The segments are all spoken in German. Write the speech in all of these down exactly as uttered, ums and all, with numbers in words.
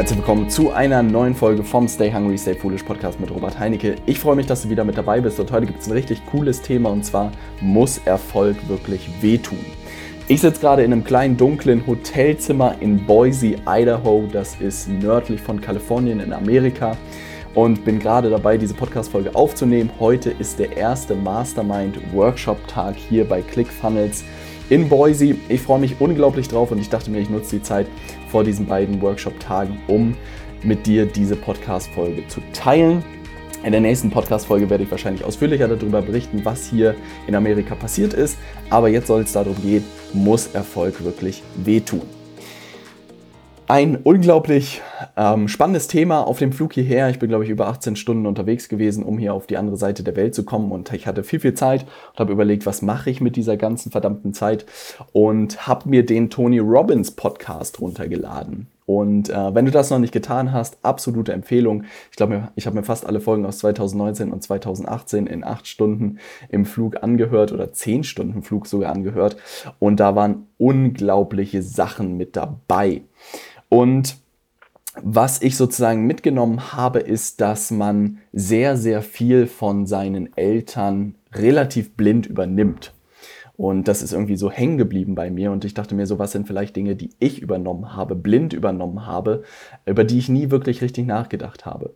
Herzlich willkommen zu einer neuen Folge vom Stay Hungry, Stay Foolish Podcast mit Robert Heinecke. Ich freue mich, dass du wieder mit dabei bist und heute gibt es ein richtig cooles Thema und zwar: Muss Erfolg wirklich wehtun? Ich sitze gerade in einem kleinen dunklen Hotelzimmer in Boise, Idaho. Das ist nördlich von Kalifornien in Amerika und bin gerade dabei, diese Podcast-Folge aufzunehmen. Heute ist der erste Mastermind-Workshop-Tag hier bei ClickFunnels in Boise. Ich freue mich unglaublich drauf und ich dachte mir, ich nutze die Zeit vor diesen beiden Workshop-Tagen, um mit dir diese Podcast-Folge zu teilen. In der nächsten Podcast-Folge werde ich wahrscheinlich ausführlicher darüber berichten, was hier in Amerika passiert ist. Aber jetzt soll es darum gehen, muss Erfolg wirklich wehtun? Ein unglaublich ähm, spannendes Thema auf dem Flug hierher. Ich bin, glaube ich, über achtzehn Stunden unterwegs gewesen, um hier auf die andere Seite der Welt zu kommen. Und ich hatte viel, viel Zeit und habe überlegt, was mache ich mit dieser ganzen verdammten Zeit? Und habe mir den Tony Robbins Podcast runtergeladen. Und äh, wenn du das noch nicht getan hast, absolute Empfehlung. Ich glaube, ich habe mir fast alle Folgen aus zweitausendneunzehn und zweitausendachtzehn in acht Stunden im Flug angehört oder zehn Stunden Flug sogar angehört. Und da waren unglaubliche Sachen mit dabei. Und was ich sozusagen mitgenommen habe, ist, dass man sehr, sehr viel von seinen Eltern relativ blind übernimmt. Und das ist irgendwie so hängen geblieben bei mir und ich dachte mir so, was sind vielleicht Dinge, die ich übernommen habe, blind übernommen habe, über die ich nie wirklich richtig nachgedacht habe.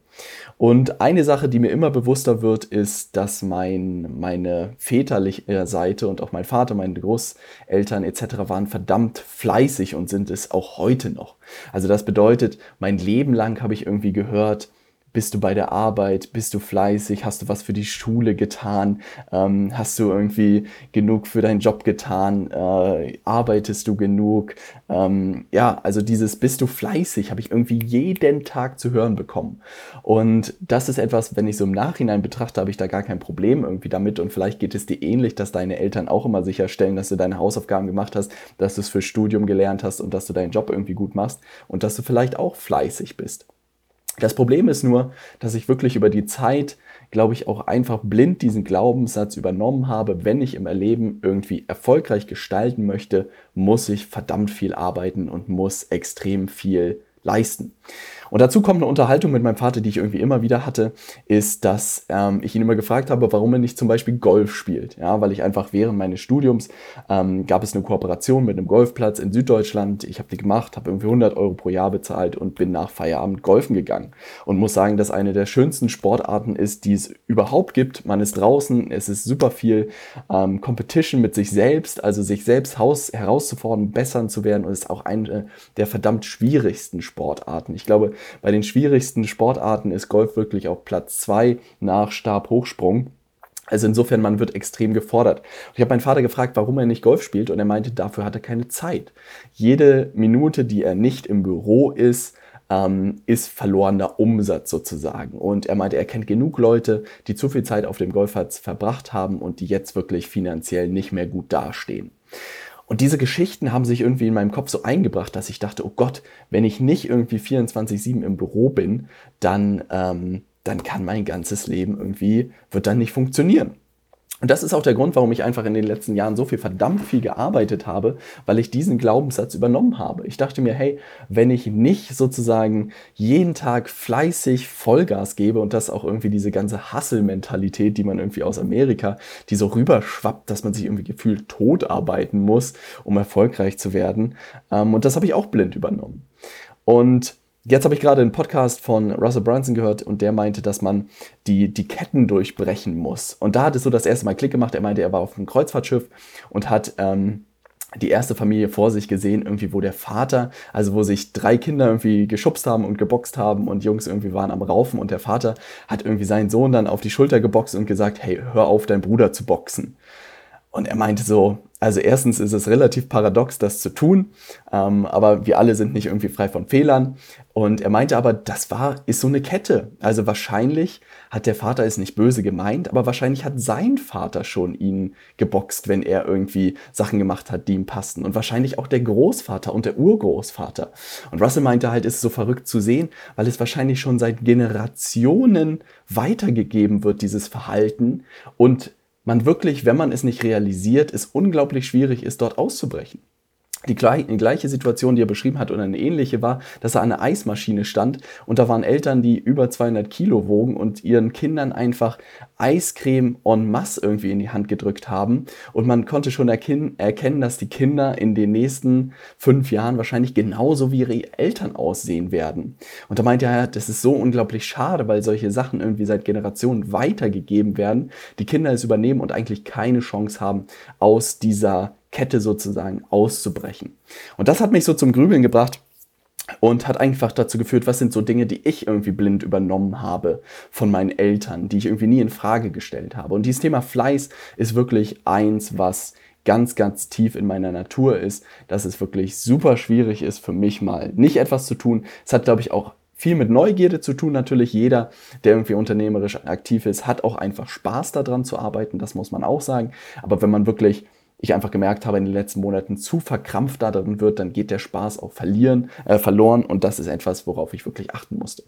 Und eine Sache, die mir immer bewusster wird, ist, dass mein, meine väterliche Seite und auch mein Vater, meine Großeltern et cetera waren verdammt fleißig und sind es auch heute noch. Also das bedeutet, mein Leben lang habe ich irgendwie gehört: Bist du bei der Arbeit? Bist du fleißig? Hast du was für die Schule getan? Ähm, hast du irgendwie genug für deinen Job getan? Äh, arbeitest du genug? Ähm, ja, also dieses bist du fleißig habe ich irgendwie jeden Tag zu hören bekommen. Und das ist etwas, wenn ich so im Nachhinein betrachte, habe ich da gar kein Problem irgendwie damit. Und vielleicht geht es dir ähnlich, dass deine Eltern auch immer sicherstellen, dass du deine Hausaufgaben gemacht hast, dass du es fürs Studium gelernt hast und dass du deinen Job irgendwie gut machst und dass du vielleicht auch fleißig bist. Das Problem ist nur, dass ich wirklich über die Zeit, glaube ich, auch einfach blind diesen Glaubenssatz übernommen habe: Wenn ich im Leben irgendwie erfolgreich gestalten möchte, muss ich verdammt viel arbeiten und muss extrem viel leisten. Und dazu kommt eine Unterhaltung mit meinem Vater, die ich irgendwie immer wieder hatte, ist, dass ähm, ich ihn immer gefragt habe, warum er nicht zum Beispiel Golf spielt. Ja, weil ich einfach während meines Studiums ähm, gab es eine Kooperation mit einem Golfplatz in Süddeutschland. Ich habe die gemacht, habe irgendwie hundert Euro pro Jahr bezahlt und bin nach Feierabend golfen gegangen. Und muss sagen, dass eine der schönsten Sportarten ist, die es überhaupt gibt. Man ist draußen, es ist super viel ähm, Competition mit sich selbst, also sich selbst haus- herauszufordern, bessern zu werden, und ist auch eine der verdammt schwierigsten Sportarten. Ich glaube, bei den schwierigsten Sportarten ist Golf wirklich auf Platz zwei nach Stabhochsprung. Also insofern, man wird extrem gefordert. Und ich habe meinen Vater gefragt, warum er nicht Golf spielt, und er meinte, dafür hat er keine Zeit. Jede Minute, die er nicht im Büro ist, ähm, ist verlorener Umsatz sozusagen. Und er meinte, er kennt genug Leute, die zu viel Zeit auf dem Golfplatz verbracht haben und die jetzt wirklich finanziell nicht mehr gut dastehen. Und diese Geschichten haben sich irgendwie in meinem Kopf so eingebracht, dass ich dachte, oh Gott, wenn ich nicht irgendwie vierundzwanzig sieben im Büro bin, dann, ähm, dann kann mein ganzes Leben irgendwie, wird dann nicht funktionieren. Und das ist auch der Grund, warum ich einfach in den letzten Jahren so viel verdammt viel gearbeitet habe, weil ich diesen Glaubenssatz übernommen habe. Ich dachte mir, hey, wenn ich nicht sozusagen jeden Tag fleißig Vollgas gebe und das auch irgendwie diese ganze Hustle-Mentalität, die man irgendwie aus Amerika, die so rüberschwappt, dass man sich irgendwie gefühlt tot arbeiten muss, um erfolgreich zu werden. Und das habe ich auch blind übernommen. Und jetzt habe ich gerade einen Podcast von Russell Brunson gehört und der meinte, dass man die, die Ketten durchbrechen muss. Und da hat es so das erste Mal Klick gemacht. Er meinte, er war auf einem Kreuzfahrtschiff und hat ähm, die erste Familie vor sich gesehen, irgendwie wo der Vater, also wo sich drei Kinder irgendwie geschubst haben und geboxt haben und Jungs irgendwie waren am Raufen und der Vater hat irgendwie seinen Sohn dann auf die Schulter geboxt und gesagt, hey, hör auf, deinen Bruder zu boxen. Und er meinte so, also erstens ist es relativ paradox, das zu tun, ähm, aber wir alle sind nicht irgendwie frei von Fehlern. Und er meinte aber, das war, ist so eine Kette. Also wahrscheinlich hat der Vater es nicht böse gemeint, aber wahrscheinlich hat sein Vater schon ihn geboxt, wenn er irgendwie Sachen gemacht hat, die ihm passten. Und wahrscheinlich auch der Großvater und der Urgroßvater. Und Russell meinte halt, es ist so verrückt zu sehen, weil es wahrscheinlich schon seit Generationen weitergegeben wird, dieses Verhalten. Und man wirklich, wenn man es nicht realisiert, es unglaublich schwierig ist, dort auszubrechen. Die gleiche Situation, die er beschrieben hat oder eine ähnliche war, dass er an einer Eismaschine stand und da waren Eltern, die über zweihundert Kilo wogen und ihren Kindern einfach Eiscreme en masse irgendwie in die Hand gedrückt haben und man konnte schon erkennen, dass die Kinder in den nächsten fünf Jahren wahrscheinlich genauso wie ihre Eltern aussehen werden. Und da meinte er, das ist so unglaublich schade, weil solche Sachen irgendwie seit Generationen weitergegeben werden, die Kinder es übernehmen und eigentlich keine Chance haben, aus dieser Kette sozusagen auszubrechen. Und das hat mich so zum Grübeln gebracht und hat einfach dazu geführt, was sind so Dinge, die ich irgendwie blind übernommen habe von meinen Eltern, die ich irgendwie nie in Frage gestellt habe. Und dieses Thema Fleiß ist wirklich eins, was ganz, ganz tief in meiner Natur ist, dass es wirklich super schwierig ist für mich mal nicht etwas zu tun. Es hat, glaube ich, auch viel mit Neugierde zu tun. Natürlich jeder, der irgendwie unternehmerisch aktiv ist, hat auch einfach Spaß daran zu arbeiten, das muss man auch sagen. Aber wenn man wirklich ich einfach gemerkt habe, in den letzten Monaten zu verkrampft darin wird, dann geht der Spaß auch verlieren, äh, verloren und das ist etwas, worauf ich wirklich achten musste.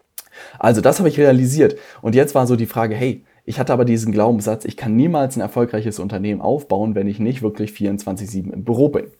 Also das habe ich realisiert und jetzt war so die Frage, hey, ich hatte aber diesen Glaubenssatz, ich kann niemals ein erfolgreiches Unternehmen aufbauen, wenn ich nicht wirklich vierundzwanzig sieben im Büro bin.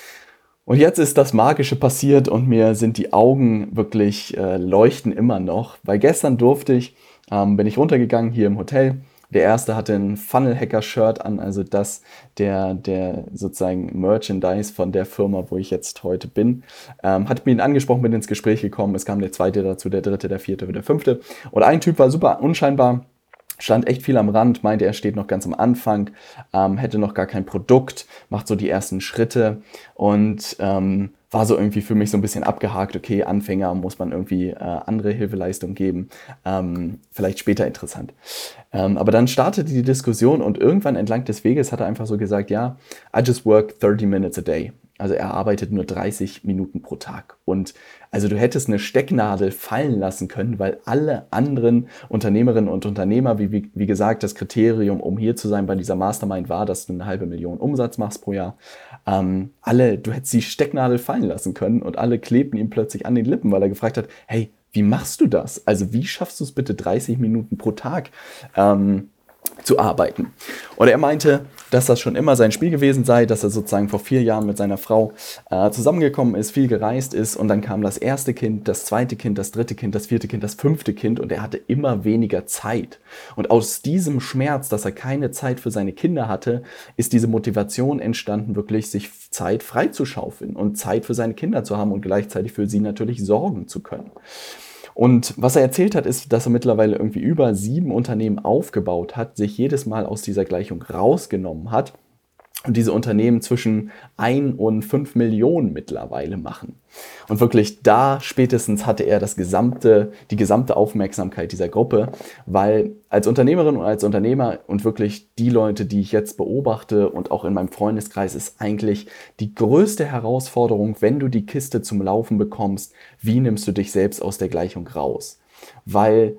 Und jetzt ist das Magische passiert und mir sind die Augen wirklich äh, leuchten immer noch, weil gestern durfte ich, ähm, bin ich runtergegangen hier im Hotel. Der erste hatte ein Funnel-Hacker-Shirt an, also das, der, der sozusagen Merchandise von der Firma, wo ich jetzt heute bin. Ähm, hat mich angesprochen, bin ins Gespräch gekommen, es kam der zweite dazu, der dritte, der vierte, der fünfte. Und ein Typ war super unscheinbar, stand echt viel am Rand, meinte, er steht noch ganz am Anfang, ähm, hätte noch gar kein Produkt, macht so die ersten Schritte und ähm, war so irgendwie für mich so ein bisschen abgehakt, okay, Anfänger muss man irgendwie äh, andere Hilfeleistung geben, ähm, vielleicht später interessant. Ähm, aber dann startete die Diskussion und irgendwann entlang des Weges hat er einfach so gesagt, ja, I just work thirty minutes a day. Also er arbeitet nur dreißig Minuten pro Tag. Und also du hättest eine Stecknadel fallen lassen können, weil alle anderen Unternehmerinnen und Unternehmer, wie, wie, wie gesagt, das Kriterium, um hier zu sein bei dieser Mastermind war, dass du eine halbe Million Umsatz machst pro Jahr. Ähm, alle, du hättest die Stecknadel fallen lassen können und alle klebten ihm plötzlich an den Lippen, weil er gefragt hat, hey, wie machst du das? Also wie schaffst du es bitte dreißig Minuten pro Tag ähm, zu arbeiten? Und er meinte, dass das schon immer sein Spiel gewesen sei, dass er sozusagen vor vier Jahren mit seiner Frau äh, zusammengekommen ist, viel gereist ist und dann kam das erste Kind, das zweite Kind, das dritte Kind, das vierte Kind, das fünfte Kind und er hatte immer weniger Zeit. Und aus diesem Schmerz, dass er keine Zeit für seine Kinder hatte, ist diese Motivation entstanden, wirklich sich Zeit freizuschaufeln und Zeit für seine Kinder zu haben und gleichzeitig für sie natürlich sorgen zu können. Und was er erzählt hat, ist, dass er mittlerweile irgendwie über sieben Unternehmen aufgebaut hat, sich jedes Mal aus dieser Gleichung rausgenommen hat und diese Unternehmen zwischen ein und fünf Millionen mittlerweile machen. Und wirklich da spätestens hatte er das gesamte, die gesamte Aufmerksamkeit dieser Gruppe, weil als Unternehmerin und als Unternehmer und wirklich die Leute, die ich jetzt beobachte und auch in meinem Freundeskreis, ist eigentlich die größte Herausforderung, wenn du die Kiste zum Laufen bekommst, wie nimmst du dich selbst aus der Gleichung raus? Weil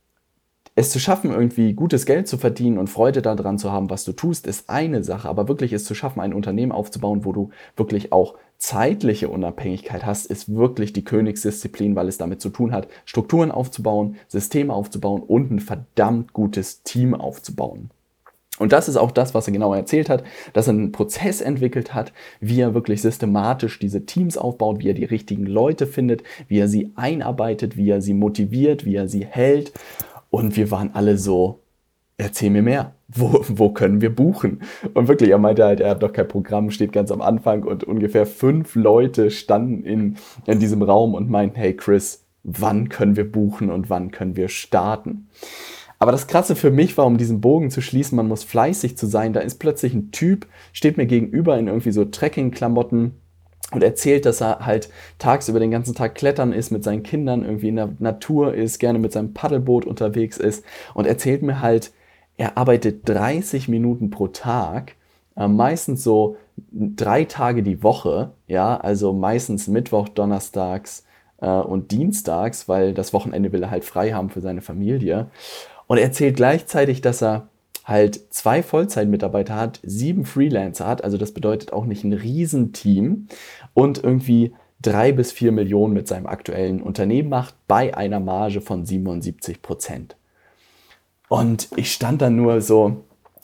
es zu schaffen, irgendwie gutes Geld zu verdienen und Freude daran zu haben, was du tust, ist eine Sache. Aber wirklich es zu schaffen, ein Unternehmen aufzubauen, wo du wirklich auch zeitliche Unabhängigkeit hast, ist wirklich die Königsdisziplin, weil es damit zu tun hat, Strukturen aufzubauen, Systeme aufzubauen und ein verdammt gutes Team aufzubauen. Und das ist auch das, was er genau erzählt hat, dass er einen Prozess entwickelt hat, wie er wirklich systematisch diese Teams aufbaut, wie er die richtigen Leute findet, wie er sie einarbeitet, wie er sie motiviert, wie er sie hält. Und wir waren alle so, erzähl mir mehr, wo, wo können wir buchen? Und wirklich, er meinte halt, er hat noch kein Programm, steht ganz am Anfang und ungefähr fünf Leute standen in, in diesem Raum und meinten, hey Chris, wann können wir buchen und wann können wir starten? Aber das Krasse für mich war, um diesen Bogen zu schließen, man muss fleißig zu sein, da ist plötzlich ein Typ, steht mir gegenüber in irgendwie so Trekking-Klamotten, und erzählt, dass er halt tagsüber den ganzen Tag klettern ist, mit seinen Kindern irgendwie in der Natur ist, gerne mit seinem Paddelboot unterwegs ist und erzählt mir halt, er arbeitet dreißig Minuten pro Tag, äh, meistens so drei Tage die Woche, ja, also meistens Mittwoch, Donnerstags äh, und Dienstags, weil das Wochenende will er halt frei haben für seine Familie. Und er erzählt gleichzeitig, dass er halt zwei Vollzeitmitarbeiter hat, sieben Freelancer hat, also das bedeutet auch nicht ein Riesenteam und irgendwie drei bis vier Millionen mit seinem aktuellen Unternehmen macht bei einer Marge von siebenundsiebzig Prozent. Und ich stand dann nur so,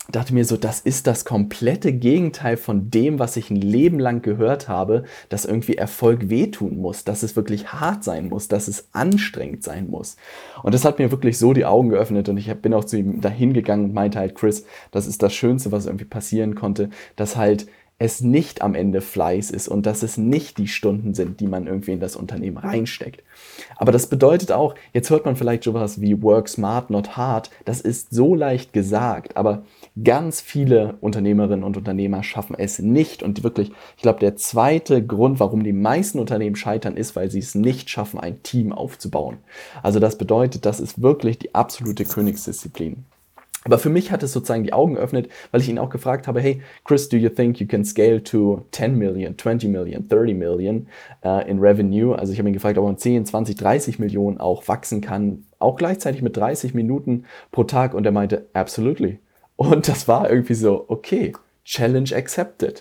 dachte mir so, das ist das komplette Gegenteil von dem, was ich ein Leben lang gehört habe, dass irgendwie Erfolg wehtun muss, dass es wirklich hart sein muss, dass es anstrengend sein muss. Und das hat mir wirklich so die Augen geöffnet und ich bin auch zu ihm dahin gegangen und meinte halt, Chris, das ist das Schönste, was irgendwie passieren konnte, dass halt es nicht am Ende Fleiß ist und dass es nicht die Stunden sind, die man irgendwie in das Unternehmen reinsteckt. Aber das bedeutet auch, jetzt hört man vielleicht sowas wie Work smart, not hard. Das ist so leicht gesagt, aber ganz viele Unternehmerinnen und Unternehmer schaffen es nicht. Und wirklich, ich glaube, der zweite Grund, warum die meisten Unternehmen scheitern, ist, weil sie es nicht schaffen, ein Team aufzubauen. Also das bedeutet, das ist wirklich die absolute Königsdisziplin. Aber für mich hat es sozusagen die Augen geöffnet, weil ich ihn auch gefragt habe, hey, Chris, do you think you can scale to ten million, twenty million, thirty million uh, in revenue? Also ich habe ihn gefragt, ob man zehn, zwanzig, dreißig Millionen auch wachsen kann, auch gleichzeitig mit dreißig Minuten pro Tag. Und er meinte, absolutely. Und das war irgendwie so, okay, Challenge accepted.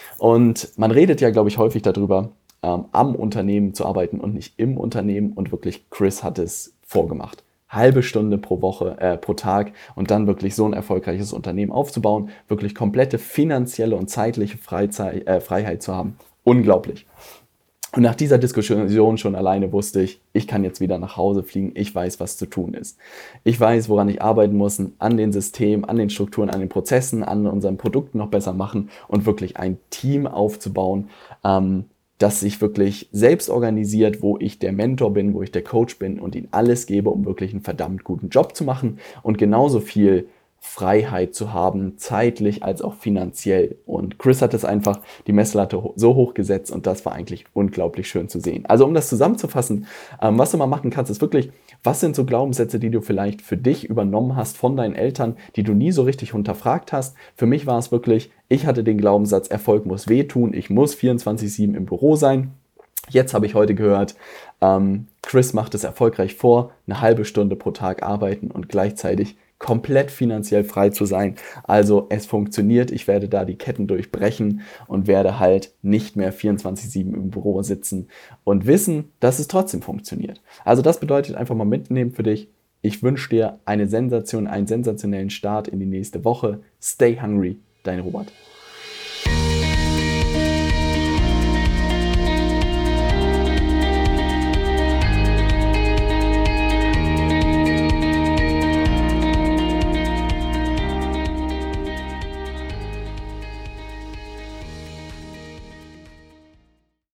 Und man redet ja, glaube ich, häufig darüber, ähm, am Unternehmen zu arbeiten und nicht im Unternehmen. Und wirklich, Chris hat es vorgemacht. Halbe Stunde pro Woche, äh, pro Tag und dann wirklich so ein erfolgreiches Unternehmen aufzubauen, wirklich komplette finanzielle und zeitliche Freizeit, äh, Freiheit zu haben. Unglaublich. Und nach dieser Diskussion schon alleine wusste ich, ich kann jetzt wieder nach Hause fliegen, ich weiß, was zu tun ist. Ich weiß, woran ich arbeiten muss, an den Systemen, an den Strukturen, an den Prozessen, an unseren Produkten noch besser machen und wirklich ein Team aufzubauen, ähm, das sich wirklich selbst organisiert, wo ich der Mentor bin, wo ich der Coach bin und ihnen alles gebe, um wirklich einen verdammt guten Job zu machen und genauso viel Freiheit zu haben, zeitlich als auch finanziell. Und Chris hat es einfach die Messlatte so hoch gesetzt und das war eigentlich unglaublich schön zu sehen. Also um das zusammenzufassen, ähm, was du mal machen kannst, ist wirklich, was sind so Glaubenssätze, die du vielleicht für dich übernommen hast von deinen Eltern, die du nie so richtig hinterfragt hast. Für mich war es wirklich, ich hatte den Glaubenssatz, Erfolg muss wehtun, ich muss vierundzwanzig sieben im Büro sein. Jetzt habe ich heute gehört, ähm, Chris macht es erfolgreich vor, eine halbe Stunde pro Tag arbeiten und gleichzeitig komplett finanziell frei zu sein. Also es funktioniert, ich werde da die Ketten durchbrechen und werde halt nicht mehr vierundzwanzig sieben im Büro sitzen und wissen, dass es trotzdem funktioniert. Also das bedeutet einfach mal mitnehmen für dich. Ich wünsche dir eine Sensation, einen sensationellen Start in die nächste Woche. Stay hungry, dein Robert.